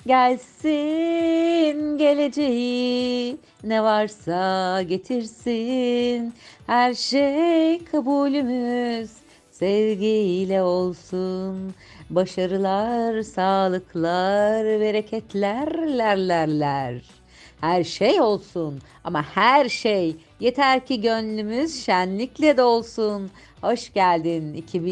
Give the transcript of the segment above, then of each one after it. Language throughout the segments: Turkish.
Gelsin geleceği, ne varsa getirsin. Her şey kabulümüz sevgiyle olsun. Başarılar, sağlıklar, bereketler, ler. Her şey olsun ama her şey yeter ki gönlümüz şenlikle dolsun. Hoş geldin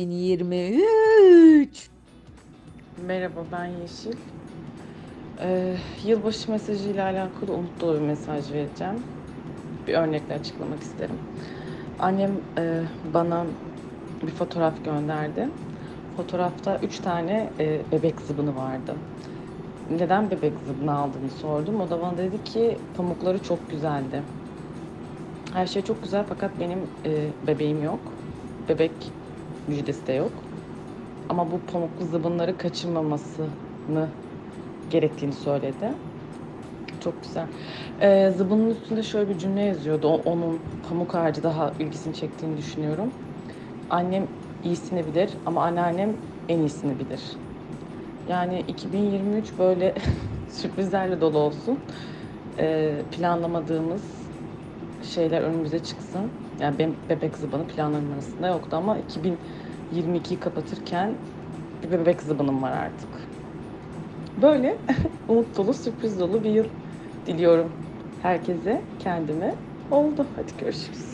2023. Merhaba, ben Yeşil. Yılbaşı mesajıyla alakalı umut dolu bir mesaj vereceğim. Bir örnekle açıklamak isterim. Annem bana bir fotoğraf gönderdi. Fotoğrafta 3 tane bebek zıbını vardı. Neden bebek zıbını aldığını sordum. O da bana dedi ki pamukları çok güzeldi. Her şey çok güzel fakat benim bebeğim yok. Bebek müjdesi de yok. Ama bu pamuklu zıbınları kaçırmamasını gerektiğini söyledi. Çok güzel. Zıbının üstünde şöyle bir cümle yazıyordu. Onun pamuk ağacı daha ilgisini çektiğini düşünüyorum. Annem iyisini bilir ama anneannem en iyisini bilir. Yani 2023 böyle sürprizlerle dolu olsun. Planlamadığımız şeyler önümüze çıksın. Yani benim bebek zıbanı planlarım arasında yoktu ama 2022'yi kapatırken bir bebek zıbanım var artık. Böyle umut dolu, sürpriz dolu bir yıl diliyorum herkese, kendime. Oldu. Hadi görüşürüz.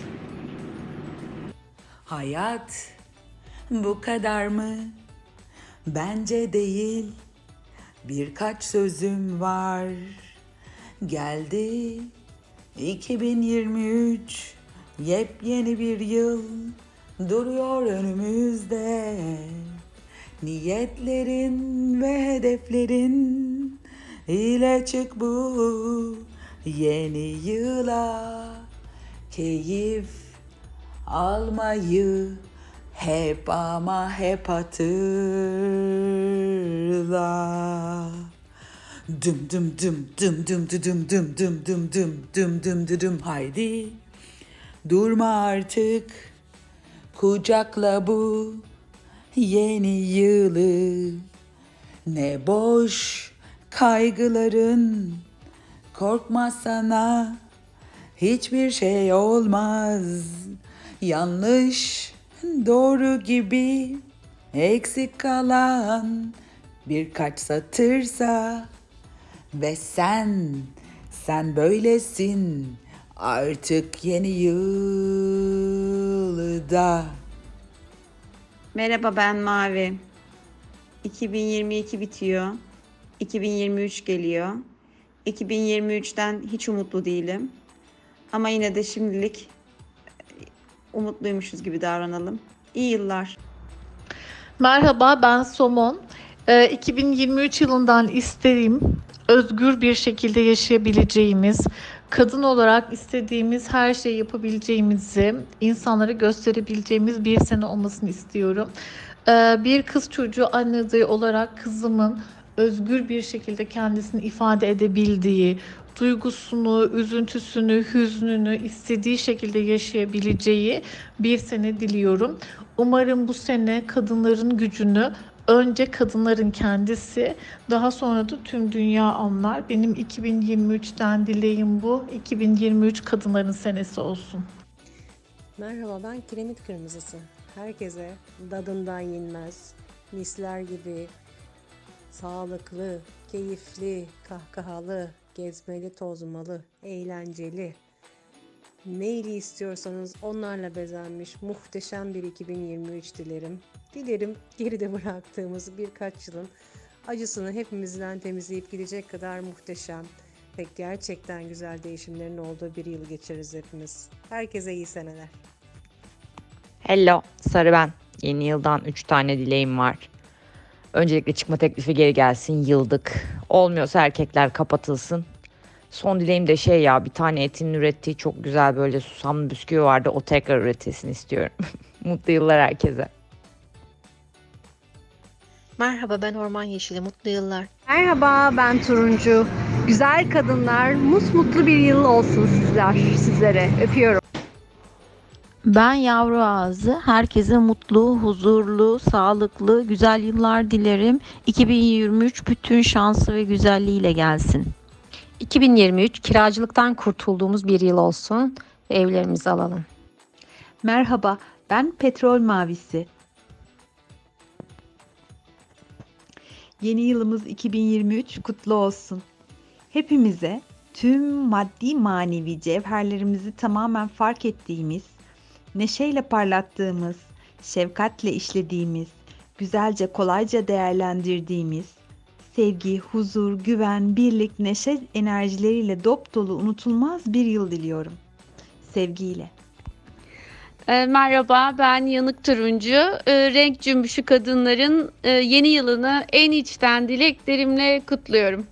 Hayat bu kadar mı? Bence değil. Birkaç sözüm var. Geldi 2023. Yepyeni bir yıl duruyor önümüzde. Niyetlerin ve hedeflerin ile çık bu yeni yıla. Keyif almayı hep ama hep hatırla. Düm düm düm düm düm düm düm düm düm düm düm düm düm düm haydi durma artık, kucakla bu yeni yılı. Ne boş kaygıların, korkma sana, hiçbir şey olmaz. Yanlış, doğru gibi eksik kalan birkaç satırsa ve sen böylesin artık yeni yılda. Merhaba, ben Mavi. 2022 bitiyor. 2023 geliyor. 2023'ten hiç umutlu değilim. Ama yine de şimdilik umutluymuşuz gibi davranalım. İyi yıllar. Merhaba, ben Somon. 2023 yılından isteğim özgür bir şekilde yaşayabileceğimiz, kadın olarak istediğimiz her şeyi yapabileceğimizi, insanlara gösterebileceğimiz bir sene olmasını istiyorum. Bir kız çocuğu anne adayı olarak kızımın özgür bir şekilde kendisini ifade edebildiği, duygusunu, üzüntüsünü, hüznünü istediği şekilde yaşayabileceği bir sene diliyorum. Umarım bu sene kadınların gücünü önce kadınların kendisi, daha sonra da tüm dünya anlar. Benim 2023'ten dileğim bu. 2023 kadınların senesi olsun. Merhaba, ben Kiremit Kırmızısı. Herkese dadından yenmez, misler gibi sağlıklı, keyifli, kahkahalı, gezmeli, tozmalı, eğlenceli, neyli istiyorsanız onlarla bezenmiş muhteşem bir 2023 dilerim. Dilerim geride bıraktığımız birkaç yılın acısını hepimizden temizleyip gidecek kadar muhteşem ve gerçekten güzel değişimlerin olduğu bir yıl geçiririz hepimiz. Herkese iyi seneler. Hello, Sarı ben. Yeni yıldan 3 tane dileğim var. Öncelikle çıkma teklifi geri gelsin, yıldık. Olmuyorsa erkekler kapatılsın. Son dileğim de bir tane Etin ürettiği çok güzel böyle susamlı bisküvi vardı. O tekrar üretilsin istiyorum. Mutlu yıllar herkese. Merhaba, ben Orman Yeşili. Mutlu yıllar. Merhaba, ben Turuncu. Güzel kadınlar, mutlu bir yıl olsun sizlere. Öpüyorum. Ben Yavru Ağzı. Herkese mutlu, huzurlu, sağlıklı, güzel yıllar dilerim. 2023 bütün şansı ve güzelliğiyle gelsin. 2023 kiracılıktan kurtulduğumuz bir yıl olsun ve evlerimizi alalım. Merhaba, ben Petrol Mavisi. Yeni yılımız 2023 kutlu olsun. Hepimize tüm maddi manevi cevherlerimizi tamamen fark ettiğimiz, neşeyle parlattığımız, şefkatle işlediğimiz, güzelce kolayca değerlendirdiğimiz, sevgi, huzur, güven, birlik, neşe enerjileriyle dop dolu unutulmaz bir yıl diliyorum. Sevgiyle. Merhaba, ben Yanık Turuncu. Renk cümbüşü kadınların yeni yılını en içten dileklerimle kutluyorum.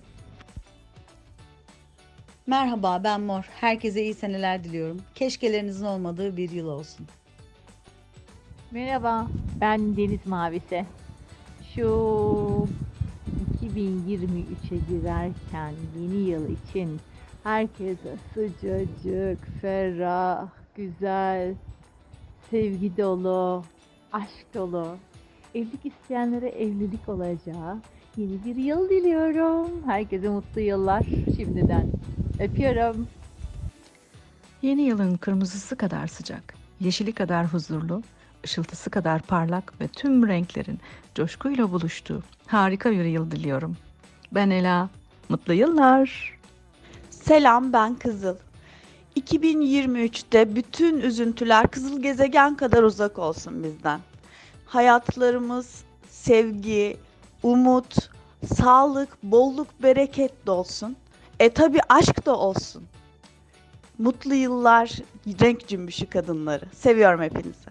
Merhaba, ben Mor. Herkese iyi seneler diliyorum. Keşkelerinizin olmadığı bir yıl olsun. Merhaba, ben Deniz Mavisi. Şu 2023'e girerken yeni yıl için herkese sıcacık, ferah, güzel, sevgi dolu, aşk dolu, evlilik isteyenlere evlilik olacağı yeni bir yıl diliyorum. Herkese mutlu yıllar şimdiden. Öpüyorum. Yeni yılın kırmızısı kadar sıcak, yeşili kadar huzurlu, ışıltısı kadar parlak ve tüm renklerin coşkuyla buluştuğu harika bir yıl diliyorum. Ben Ela, mutlu yıllar. Selam, ben Kızıl. 2023'te bütün üzüntüler Kızıl Gezegen kadar uzak olsun bizden. Hayatlarımız sevgi, umut, sağlık, bolluk, bereket dolsun. Tabii aşk da olsun. Mutlu yıllar, renk cümbüşü kadınları. Seviyorum hepinizi.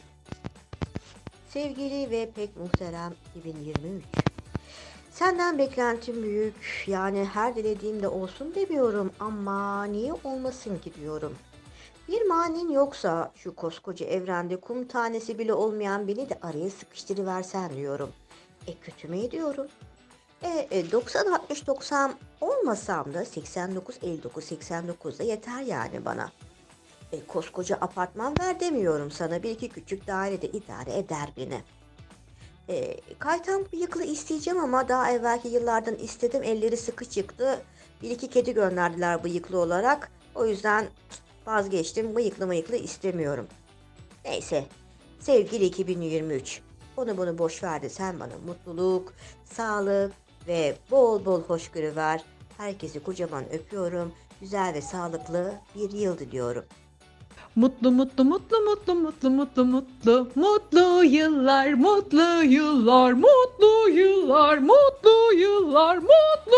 Sevgili ve pek muhterem 2023. Senden beklentim büyük. Yani her dilediğimde olsun demiyorum ama niye olmasın ki diyorum. Bir manin yoksa şu koskoca evrende kum tanesi bile olmayan beni de araya sıkıştırıversen diyorum. Kötü mü ediyorum? 90-60-90 olmasam da 89-59-89 da yeter yani bana. Koskoca apartman ver demiyorum sana. Bir iki küçük daire de idare eder beni. Kaytan bıyıklı isteyeceğim ama daha evvelki yıllardan istedim. Elleri sıkı çıktı. Bir iki kedi gönderdiler bıyıklı olarak. O yüzden vazgeçtim. Bıyıklı istemiyorum. Neyse. Sevgili 2023. Onu bunu boş ver de sen bana mutluluk, sağlık ve bol bol hoşgörü ver. Herkesi kocaman öpüyorum. Güzel ve sağlıklı bir yıl diliyorum. Mutlu mutlu mutlu mutlu mutlu mutlu mutlu mutlu yıllar, mutlu yıllar, mutlu yıllar, mutlu yıllar, mutlu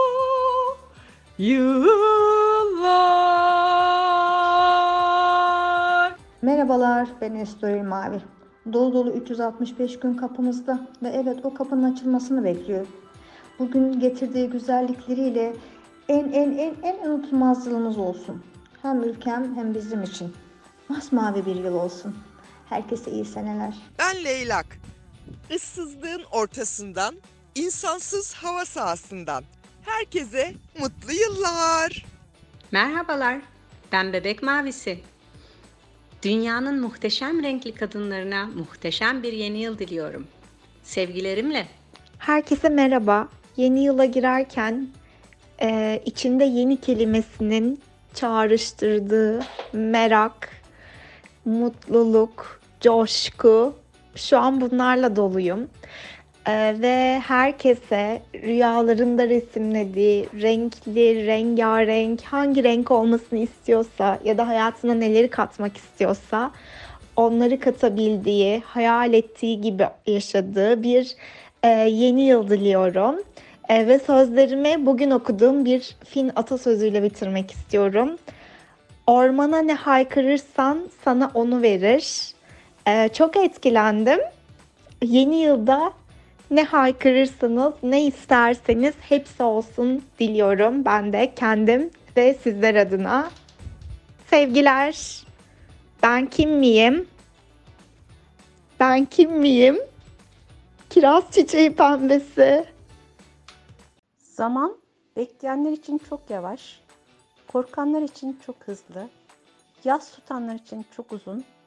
yıllar. Merhabalar, ben Estoril Mavi. Dolu dolu 365 gün kapımızda ve evet o kapının açılmasını bekliyoruz. Bugün getirdiği güzellikleriyle en unutulmaz yılımız olsun. Hem ülkem hem bizim için. Masmavi bir yıl olsun. Herkese iyi seneler. Ben Leylak. Issızlığın ortasından, insansız hava sahasından. Herkese mutlu yıllar. Merhabalar, ben Bebek Mavisi. Dünyanın muhteşem renkli kadınlarına muhteşem bir yeni yıl diliyorum. Sevgilerimle. Herkese merhaba. Yeni yıla girerken içinde yeni kelimesinin çağrıştırdığı merak, mutluluk, coşku, şu an bunlarla doluyum. Ve herkese rüyalarında resimlediği renkli, rengarenk, hangi renk olmasını istiyorsa ya da hayatına neleri katmak istiyorsa onları katabildiği, hayal ettiği gibi yaşadığı bir yeni yıl diliyorum. Ve sözlerimi bugün okuduğum bir Fin atasözüyle bitirmek istiyorum. Ormana ne haykırırsan sana onu verir. Çok etkilendim. Yeni yılda ne haykırırsanız, ne isterseniz hepsi olsun diliyorum. Ben de kendim ve sizler adına. Sevgiler. Ben kim miyim? Ben kim miyim? Kiraz çiçeği pembesi. Zaman bekleyenler için çok yavaş, korkanlar için çok hızlı, yas tutanlar için çok uzun,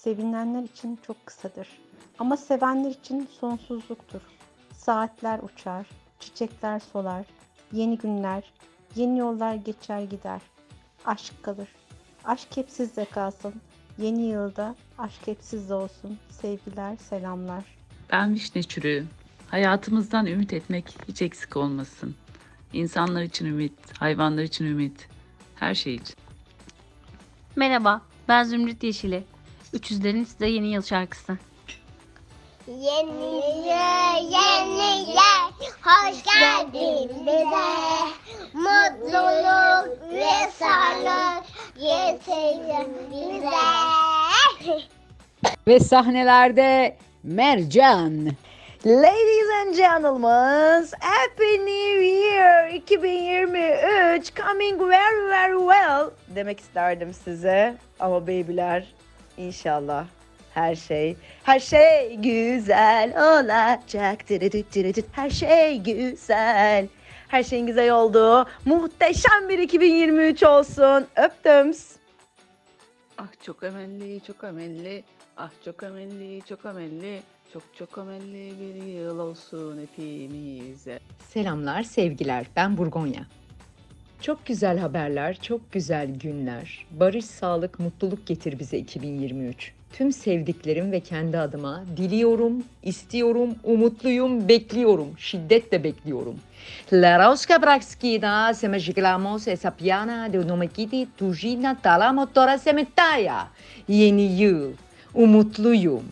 sevilenler için çok kısadır. Ama sevenler için sonsuzluktur. Saatler uçar, çiçekler solar, yeni günler, yeni yollar geçer gider. Aşk kalır. Aşk hep sizde kalsın. Yeni yılda aşk hep sizde olsun. Sevgiler, selamlar. Ben vişne çürüğü. Hayatımızdan ümit etmek hiç eksik olmasın. İnsanlar için ümit, hayvanlar için ümit, her şey için. Merhaba, ben Zümrüt Yeşili. 300'lerin size yeni yıl şarkısı. Yeni yıl, hoş geldin bize. Mutluluk ve sağlık getirin bize. Ve sahnelerde Mercan. Ladies and gentlemen, Happy New Year 2023 coming very very well demek isterdim size. Ama babyler inşallah her şey güzel olacak. Her şey güzel. Her şeyin güzel olduğu muhteşem bir 2023 olsun. Öptüm. Ah çok emelli, çok emelli. Ah çok emelli, çok emelli. Çok emelli bir yıl olsun hepimize. Selamlar, sevgiler. Ben Burgonya. Çok güzel haberler, çok güzel günler. Barış, sağlık, mutluluk getir bize 2023. Tüm sevdiklerim ve kendi adıma diliyorum, istiyorum, umutluyum, bekliyorum. Şiddetle bekliyorum. La rosca braxkida se mejglamos esa piana de nomekiti tujina tala motora semetaya. Yeni yıl, umutluyum.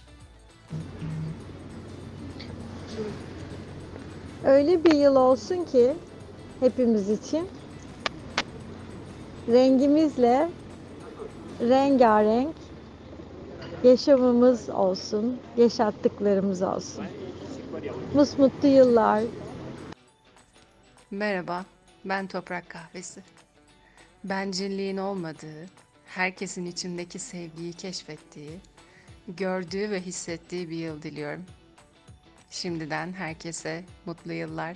Öyle bir yıl olsun ki hepimiz için rengimizle rengarenk yaşamımız olsun, yaşattıklarımız olsun. Mutlu yıllar. Merhaba, ben Toprak Kahvesi. Bencilliğin olmadığı, herkesin içindeki sevgiyi keşfettiği, gördüğü ve hissettiği bir yıl diliyorum. Şimdiden herkese mutlu yıllar.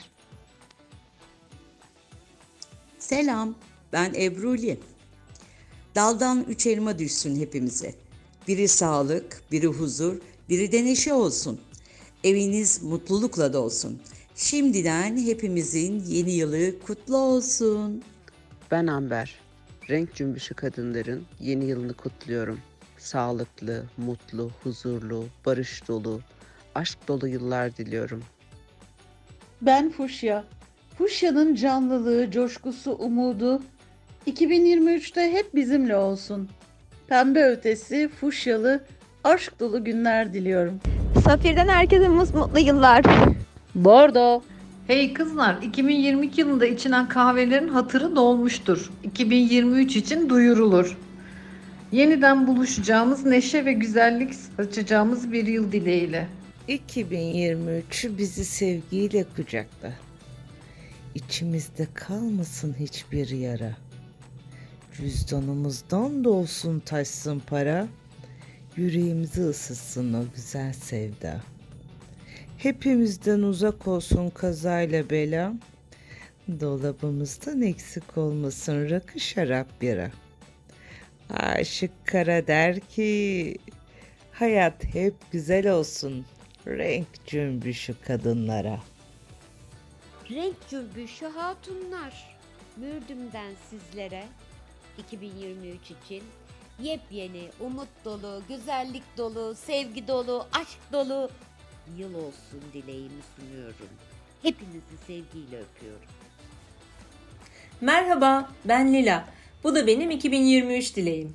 Selam, ben Ebruli. Daldan 3 elma düşsün hepimize. Biri sağlık, biri huzur, biri de neşe olsun. Eviniz mutlulukla dolsun. Şimdiden hepimizin yeni yılı kutlu olsun. Ben Amber. Renk cümbüşü kadınların yeni yılını kutluyorum. Sağlıklı, mutlu, huzurlu, barış dolu, aşk dolu yıllar diliyorum. Ben Fuşya. Fuşya'nın canlılığı, coşkusu, umudu 2023'te hep bizimle olsun. Pembe ötesi, fuşyalı, aşk dolu günler diliyorum. Safir'den herkese mutlu yıllar. Bordo. Hey kızlar, 2022 yılında içilen kahvelerin hatırı dolmuştur. 2023 için duyurulur. Yeniden buluşacağımız, neşe ve güzellik saçacağımız bir yıl dileğiyle. 2023 bizi sevgiyle kucakla. İçimizde kalmasın hiçbir yara. Cüzdanımızdan da olsun taşsın para. Yüreğimizi ısıtsın o güzel sevda. Hepimizden uzak olsun kazayla bela. Dolabımızdan eksik olmasın rakı şarap bira. Aşık Kara der ki hayat hep güzel olsun. Renk cümbüşü kadınlara. Renk cümbüşü hatunlar. Mürdüm'den sizlere 2023 için yepyeni, umut dolu, güzellik dolu, sevgi dolu, aşk dolu yıl olsun dileğimi sunuyorum. Hepinizi sevgiyle öpüyorum. Merhaba, ben Lila. Bu da benim 2023 dileğim.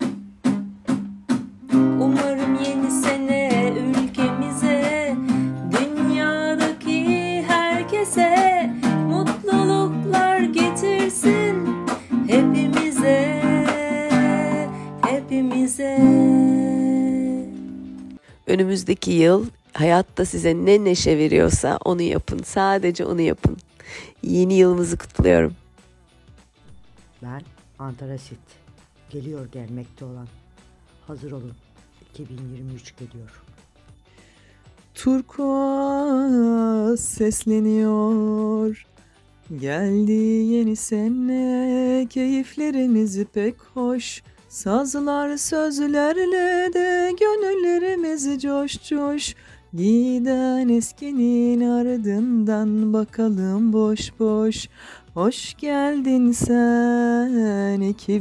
Umarım yeni sene ülkemize, dünyadaki herkese mutluluklar getirsin hepimize, hepimize. Önümüzdeki yıl hayatta size ne neşe veriyorsa onu yapın. Sadece onu yapın. Yeni yılımızı kutluyorum. Ben Antarasit. Geliyor gelmekte olan. Hazır olun. 2023 geliyor. Turkuaz sesleniyor. Geldi yeni sene, keyiflerimiz pek hoş. Sazlar sözlerle de gönüllerimiz coş coş. Giden eskinin ardından bakalım boş boş. Hoş geldin sen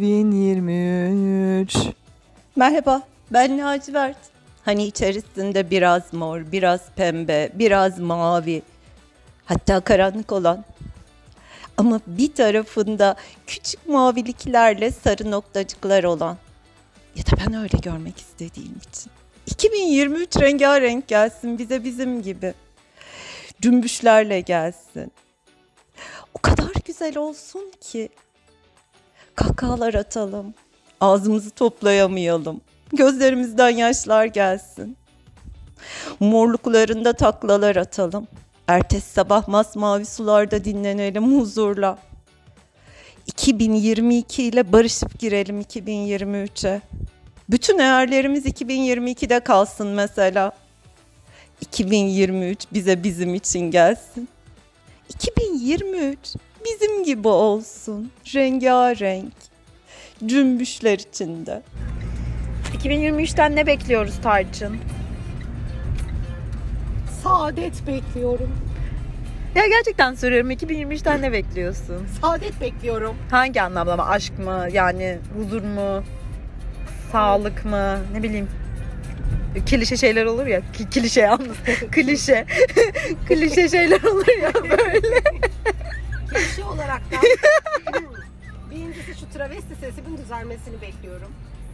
2023. Merhaba, ben lacivert. Hani içerisinde biraz mor, biraz pembe, biraz mavi, hatta karanlık olan. Ama bir tarafında küçük maviliklerle sarı noktacıklar olan. Ya da ben öyle görmek istediğim için. 2023 rengarenk gelsin bize bizim gibi. Cümbüşlerle gelsin. O kadar güzel olsun ki. Kahkahalar atalım. Ağzımızı toplayamayalım. Gözlerimizden yaşlar gelsin. Morluklarında taklalar atalım. Ertesi sabah masmavi sularda dinlenelim huzurla. 2022 ile barışıp girelim 2023'e. Bütün hayallerimiz 2022'de kalsın mesela. 2023 bize bizim için gelsin. 2023 bizim gibi olsun. Rengarenk. Cümbüşler içinde. 2023'ten ne bekliyoruz Tarçın? Saadet bekliyorum. Ya gerçekten soruyorum, 2023'ten ne bekliyorsun? Saadet bekliyorum. Hangi anlamda mı? Aşk mı? Yani huzur mu? Sağlık mı? Ne bileyim. Klişe şeyler olur ya. Klişe yalnız. Klişe. Klişe şeyler olur ya böyle. Klişe olarak da birincisi şu travesti sesimin düzelmesini bekliyorum.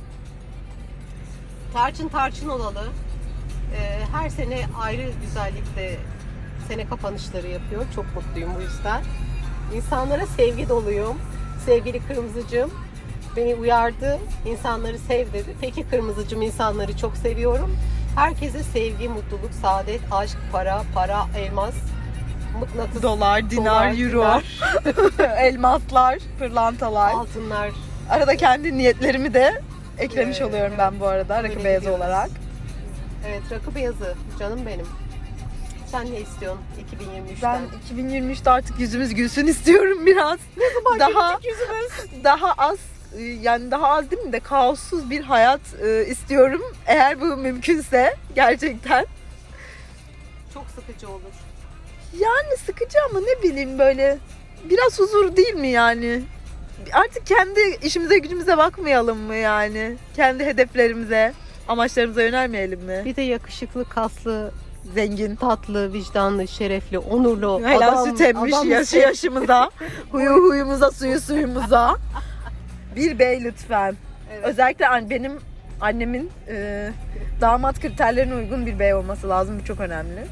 Tarçın olalı. Her sene ayrı güzellikte sene kapanışları yapıyor. Çok mutluyum bu yüzden. İnsanlara sevgi doluyum. Sevgili Kırmızıcığım beni uyardı. İnsanları sev dedi. Peki Kırmızıcığım, insanları çok seviyorum. Herkese sevgi, mutluluk, saadet, aşk, para, elmas, mıknatıs, Dolar, dinar, euro, elmaslar, pırlantalar, altınlar. Arada kendi niyetlerimi de eklemiş oluyorum ben bu arada rakı beyazı olarak. Evet, rakı beyazı canım benim. Sen ne istiyorsun 2023'ten? Ben 2023'te artık yüzümüz gülsün istiyorum biraz. Ne zaman daha yüzümüz? Daha az, yani daha az değil mi de kaossuz bir hayat istiyorum. Eğer bu mümkünse gerçekten. Çok sıkıcı olur. Yani sıkıcı ama ne bileyim, böyle biraz huzur değil mi yani? Artık kendi işimize gücümüze bakmayalım mı yani? Kendi hedeflerimize, amaçlarımıza yönelmeyelim mi? Bir de yakışıklı, kaslı, zengin, tatlı, vicdanlı, şerefli, onurlu, helal süt emmiş yaşımıza, huyumuza, suyumuza. Bir bey lütfen. Evet. Özellikle benim annemin damat kriterlerine uygun bir bey olması lazım. Bu çok önemli.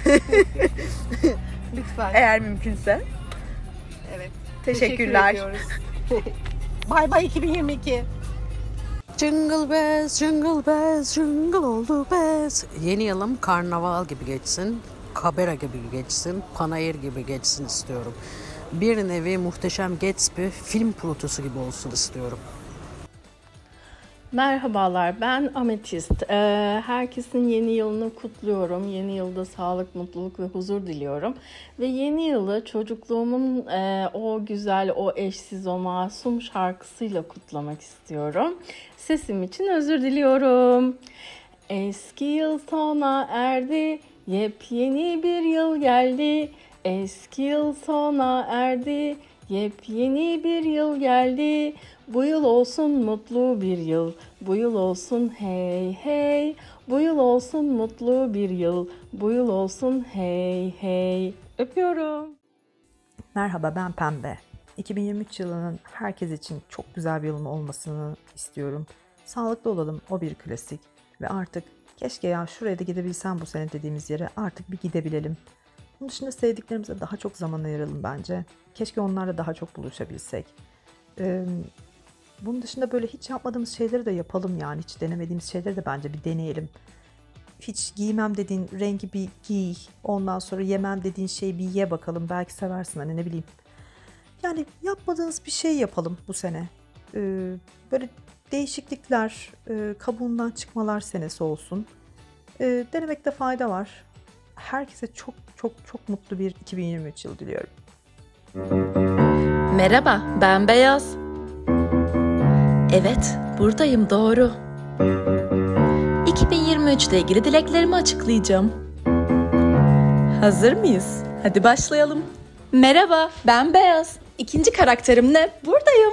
Lütfen. Eğer mümkünse. Evet. Teşekkürler. Bye bye 2022. Jingle bells, jingle bells, jingle all the bells. Yeni yılım karnaval gibi geçsin, kabera gibi geçsin, panayır gibi geçsin istiyorum. Bir nevi Muhteşem Gatsby film protosu gibi olsun istiyorum. Merhabalar, ben Ametist. Herkesin yeni yılını kutluyorum. Yeni yılda sağlık, mutluluk ve huzur diliyorum. Ve yeni yılı çocukluğumun o güzel, o eşsiz, o masum şarkısıyla kutlamak istiyorum. Sesim için özür diliyorum. Eski yıl sona erdi, yepyeni bir yıl geldi. Eski yıl sona erdi, yepyeni bir yıl geldi. Bu yıl olsun mutlu bir yıl, bu yıl olsun hey hey. Bu yıl olsun mutlu bir yıl, bu yıl olsun hey hey. Öpüyorum. Merhaba, ben Pembe. 2023 yılının herkes için çok güzel bir yılın olmasını istiyorum. Sağlıklı olalım, o bir klasik. Ve artık keşke ya şuraya da gidebilsem bu sene dediğimiz yere artık bir gidebilelim. Bunun dışında sevdiklerimize daha çok zaman ayıralım bence. Keşke onlarla daha çok buluşabilsek. Bunun dışında böyle hiç yapmadığımız şeyleri de yapalım yani. Hiç denemediğimiz şeyleri de bence bir deneyelim. Hiç giymem dediğin rengi bir giy. Ondan sonra yemem dediğin şeyi bir ye bakalım. Belki seversin, hani ne bileyim. Yani yapmadığınız bir şey yapalım bu sene. Böyle değişiklikler, kabuğundan çıkmalar senesi olsun. Denemekte fayda var. Herkese çok çok çok mutlu bir 2023 yılı diliyorum. Merhaba, ben Beyaz. Evet, buradayım, doğru. 2023 ile ilgili dileklerimi açıklayacağım. Hazır mıyız? Hadi başlayalım. Merhaba, ben Beyaz. İkinci karakterim ne? Buradayım.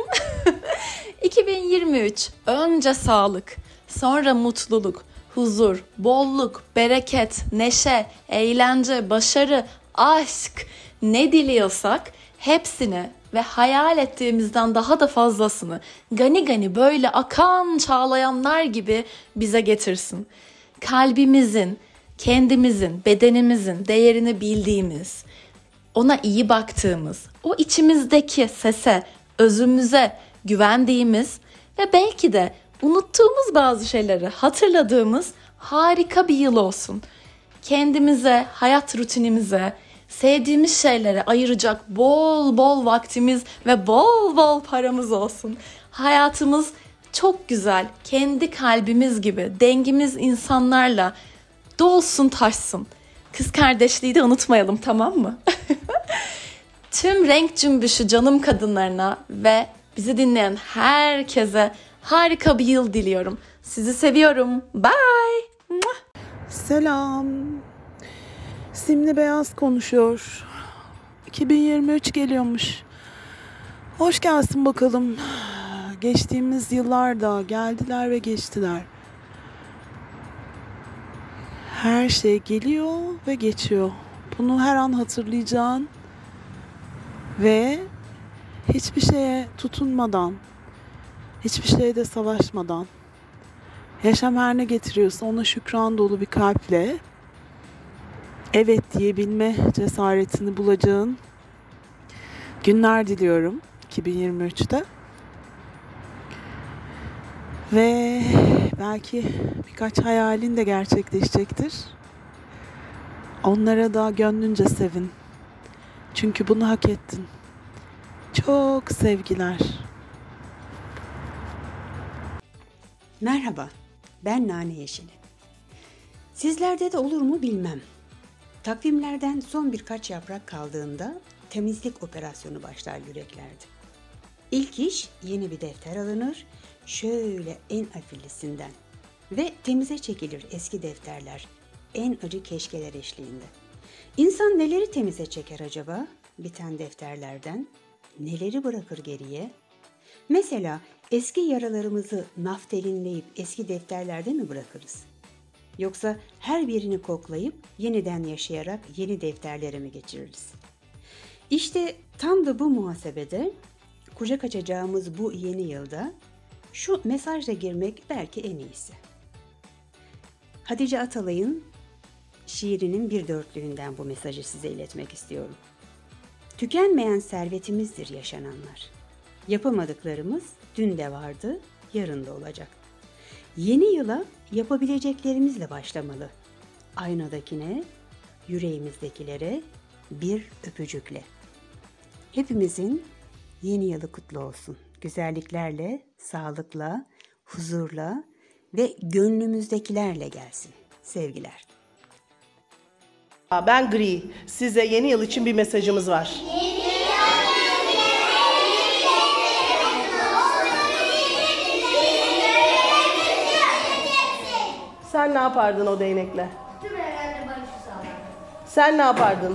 2023, önce sağlık, sonra mutluluk, huzur, bolluk, bereket, neşe, eğlence, başarı, aşk, ne diliyorsak hepsini ve hayal ettiğimizden daha da fazlasını gani gani böyle akan çağlayanlar gibi bize getirsin. Kalbimizin, kendimizin, bedenimizin değerini bildiğimiz, ona iyi baktığımız, o içimizdeki sese, özümüze güvendiğimiz ve belki de unuttuğumuz bazı şeyleri hatırladığımız harika bir yıl olsun. Kendimize, hayat rutinimize, sevdiğimiz şeylere ayıracak bol bol vaktimiz ve bol bol paramız olsun. Hayatımız çok güzel, kendi kalbimiz gibi dengimiz insanlarla dolsun taşsın. Kız kardeşliği de unutmayalım, tamam mı? Tüm renk cümbüşü canım kadınlarına ve bizi dinleyen herkese harika bir yıl diliyorum. Sizi seviyorum. Bye. Selam. Simli Beyaz konuşuyor. 2023 geliyormuş. Hoş gelsin bakalım. Geçtiğimiz yıllarda geldiler ve geçtiler. Her şey geliyor ve geçiyor. Bunu her an hatırlayacağın ve hiçbir şeye tutunmadan, hiçbir şeye de savaşmadan, yaşam her ne getiriyorsa ona şükran dolu bir kalple evet diyebilme cesaretini bulacağın günler diliyorum 2023'te. Ve belki birkaç hayalin de gerçekleşecektir. Onlara da gönlünce sevin. Çünkü bunu hak ettin. Çok sevgiler. Merhaba, ben Nane Yeşili. Sizlerde de olur mu bilmem. Takvimlerden son birkaç yaprak kaldığında temizlik operasyonu başlar yüreklerde. İlk iş yeni bir defter alınır, şöyle en afillisinden ve temize çekilir eski defterler, en acı keşkeler eşliğinde. İnsan neleri temize çeker acaba? Biten defterlerden neleri bırakır geriye? Mesela eski yaralarımızı naftalinleyip eski defterlerde mi bırakırız? Yoksa her birini koklayıp yeniden yaşayarak yeni defterlere mi geçiririz? İşte tam da bu muhasebede kucak açacağımız bu yeni yılda şu mesajla girmek belki en iyisi. Hatice Atalay'ın şiirinin bir dörtlüğünden bu mesajı size iletmek istiyorum. Tükenmeyen servetimizdir yaşananlar. Yapamadıklarımız dün de vardı, yarın da olacak. Yeni yıla yapabileceklerimizle başlamalı. Aynadakine, yüreğimizdekilere bir öpücükle. Hepimizin yeni yılı kutlu olsun. Güzelliklerle, sağlıkla, huzurla ve gönlümüzdekilerle gelsin. Sevgiler. Ben Gri. Size yeni yıl için bir mesajımız var. Sen ne yapardın o değnekle? Sen ne yapardın?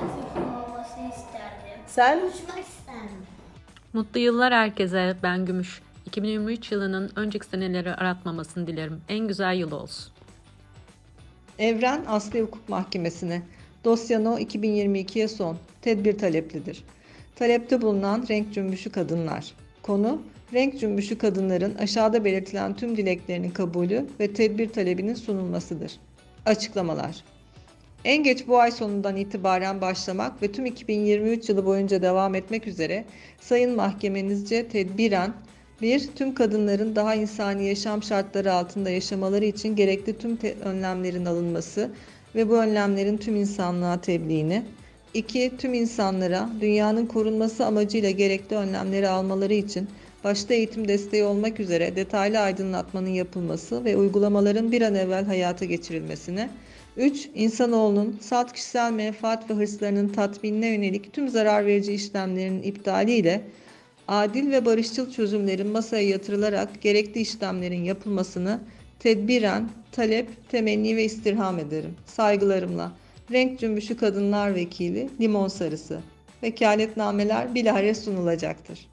Sen? Mutlu yıllar herkese. Ben Gümüş. 2023 yılının önceki seneleri aratmamasını dilerim. En güzel yıl olsun. Evren Asli Hukuk Mahkemesi'ne. Dosya No 2022'ye son. Tedbir taleplidir. Talepte bulunan renk cümbüşü kadınlar. Konu, renk cümbüşü kadınların aşağıda belirtilen tüm dileklerinin kabulü ve tedbir talebinin sunulmasıdır. Açıklamalar. En geç bu ay sonundan itibaren başlamak ve tüm 2023 yılı boyunca devam etmek üzere Sayın Mahkemenizce tedbiren 1. Tüm kadınların daha insani yaşam şartları altında yaşamaları için gerekli tüm önlemlerin alınması ve bu önlemlerin tüm insanlığa tebliğini. 2. Tüm insanlara dünyanın korunması amacıyla gerekli önlemleri almaları için başta eğitim desteği olmak üzere detaylı aydınlatmanın yapılması ve uygulamaların bir an evvel hayata geçirilmesine. 3. İnsanoğlunun salt kişisel menfaat ve hırslarının tatminine yönelik tüm zarar verici işlemlerinin iptaliyle adil ve barışçıl çözümlerin masaya yatırılarak gerekli işlemlerin yapılmasını tedbiren talep, temenni ve istirham ederim. Saygılarımla. Renk Cümbüşü Kadınlar Vekili Limon Sarısı. Vekaletnameler bilahare sunulacaktır.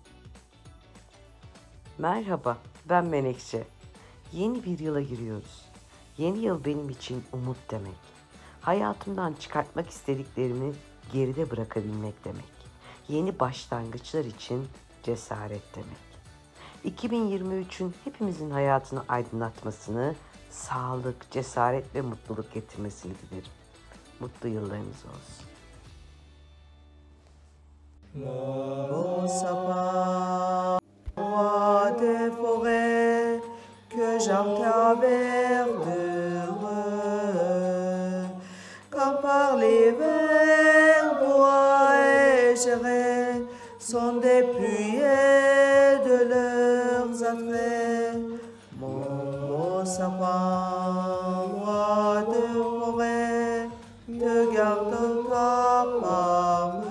Merhaba, ben Menekşe. Yeni bir yıla giriyoruz. Yeni yıl benim için umut demek. Hayatımdan çıkartmak istediklerimi geride bırakabilmek demek. Yeni başlangıçlar için cesaret demek. 2023'ün hepimizin hayatını aydınlatmasını, sağlık, cesaret ve mutluluk getirmesini dilerim. Mutlu yıllarınız olsun. Au sapin, roi des forêts, que j'entends verdure, quand par les verts bois et gerêts sont dépouillés de leurs attraits. Mon beau sapin, roi des forêts, te garde ta parure.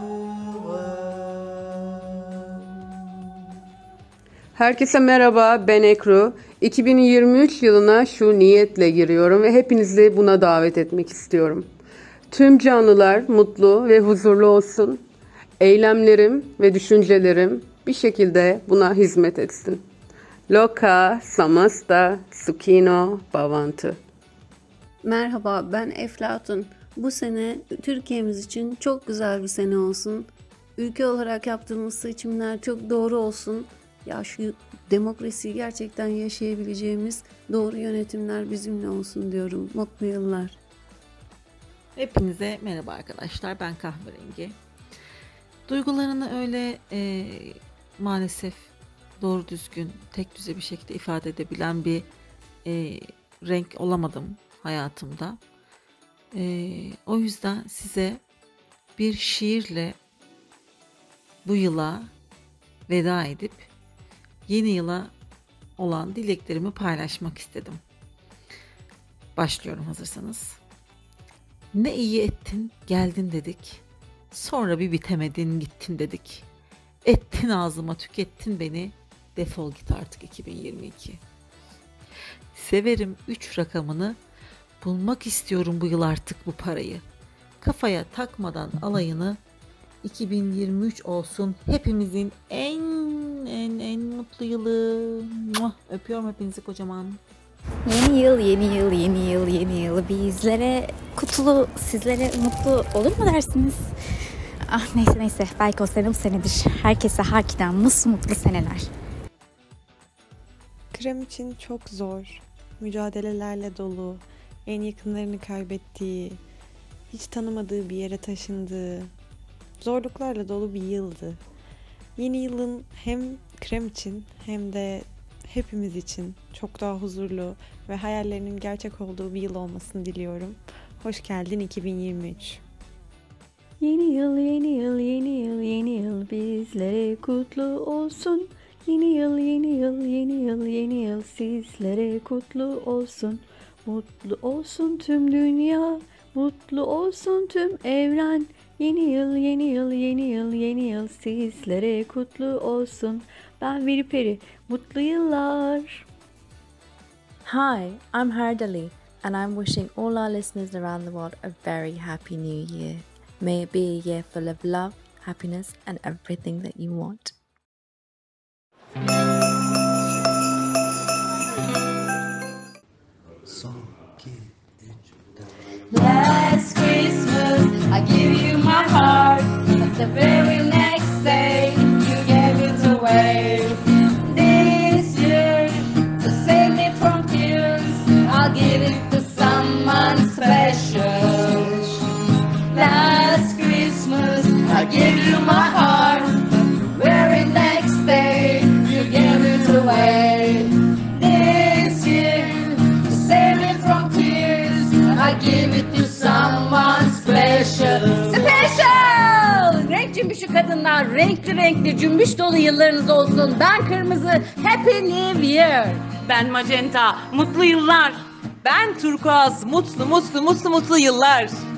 Herkese merhaba, ben Ekru. 2023 yılına şu niyetle giriyorum ve hepinizi buna davet etmek istiyorum. Tüm canlılar mutlu ve huzurlu olsun. Eylemlerim ve düşüncelerim bir şekilde buna hizmet etsin. Loka samasta sukhino bhavantu. Merhaba, ben Eflatun. Bu sene Türkiye'miz için çok güzel bir sene olsun. Ülke olarak yaptığımız seçimler çok doğru olsun. Ya şu demokrasiyi gerçekten yaşayabileceğimiz doğru yönetimler bizimle olsun diyorum. Mutlu yıllar. Hepinize merhaba arkadaşlar. Ben Kahverengi. Duygularını öyle maalesef doğru düzgün, tek düze bir şekilde ifade edebilen bir renk olamadım hayatımda. O yüzden size bir şiirle bu yıla veda edip yeni yıla olan dileklerimi paylaşmak istedim. Başlıyorum hazırsanız. Ne iyi ettin, geldin dedik. Sonra bir bitemedin, gittin dedik. Ettin ağzıma, tükettin beni. Defol git artık 2022. Severim 3 rakamını. Bulmak istiyorum bu yıl artık bu parayı. Kafaya takmadan alayını. 2023 olsun hepimizin en mutlu yılı. Öpüyorum hepinizi kocaman. Yeni yıl, yeni yıl, yeni yıl, yeni yıl bizlere kutlu, sizlere mutlu olur mu dersiniz? Ah neyse belki o sene bu senedir. Herkese hakikaten mutlu seneler. Krem için çok zor, mücadelelerle dolu, en yakınlarını kaybettiği, hiç tanımadığı bir yere taşındığı, zorluklarla dolu bir yıldı. Yeni yılın hem Krem için hem de hepimiz için çok daha huzurlu ve hayallerinin gerçek olduğu bir yıl olmasını diliyorum. Hoş geldin 2023. Yeni yıl, yeni yıl, yeni yıl, yeni yıl bizlere kutlu olsun. Yeni yıl, yeni yıl, yeni yıl, yeni yıl sizlere kutlu olsun. Mutlu olsun tüm dünya, mutlu olsun tüm evren. Yeni yıl, yeni yıl, yeni yıl, yeni yıl sizlere kutlu olsun. Ben Veri Peri, mutlu yıllar. Hi, I'm Hardali, and I'm wishing all our listeners around the world a very happy new year. May it be a year full of love, happiness, and everything that you want. Last Christmas, I gave you my heart, but the very next day, you gave it away. This year, to save me from tears, I'll give it to someone special. Last Christmas, I gave you my heart, the very next day, you gave it away. This year, to save me from tears, I give it to someone special. Special! Renk Cümbüşü kadınlar, renkli renkli cümbüş dolu yıllarınız olsun. Ben Kırmızı, Happy New Year. Ben Magenta, mutlu yıllar. Ben Turkuaz, mutlu yıllar.